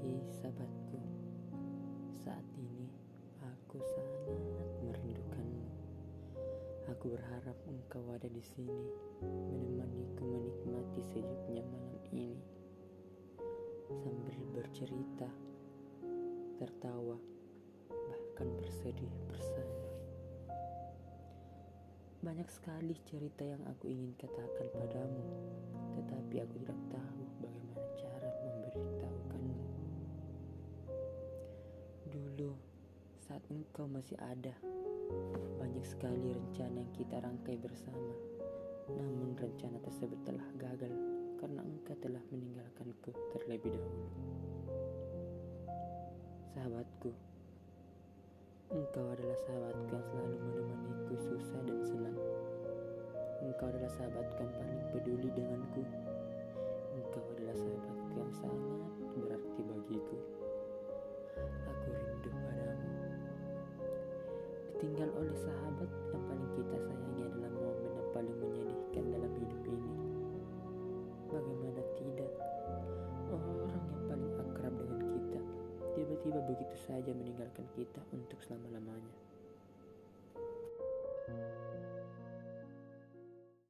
Hei sahabatku, saat ini aku sangat merindukanmu. Aku berharap engkau ada di sini, menemaniku menikmati sejuknya malam ini, sambil bercerita, tertawa, bahkan bersedih bersama. Banyak sekali cerita yang aku ingin katakan padamu, tetapi aku tidak tahu bagaimana cara memberitahukanmu. Dulu, saat engkau masih ada, banyak sekali rencana yang kita rangkai bersama. Namun rencana tersebut telah gagal karena engkau telah meninggalkanku terlebih dahulu. Sahabatku, engkau adalah sahabatku yang selalu menemaniku susah dan senang. Engkau adalah sahabatku yang paling peduli denganku. Engkau adalah sahabatku yang sangat berarti bagiku. Aku rindu padamu. Ditinggal oleh sahabat yang paling kita sayangi adalah momen yang paling menyedihkan dalam hidup ini. Bagaimana tidak, orang yang paling akrab dengan kita tiba-tiba begitu saja meninggalkan kita untuk selama-lamanya.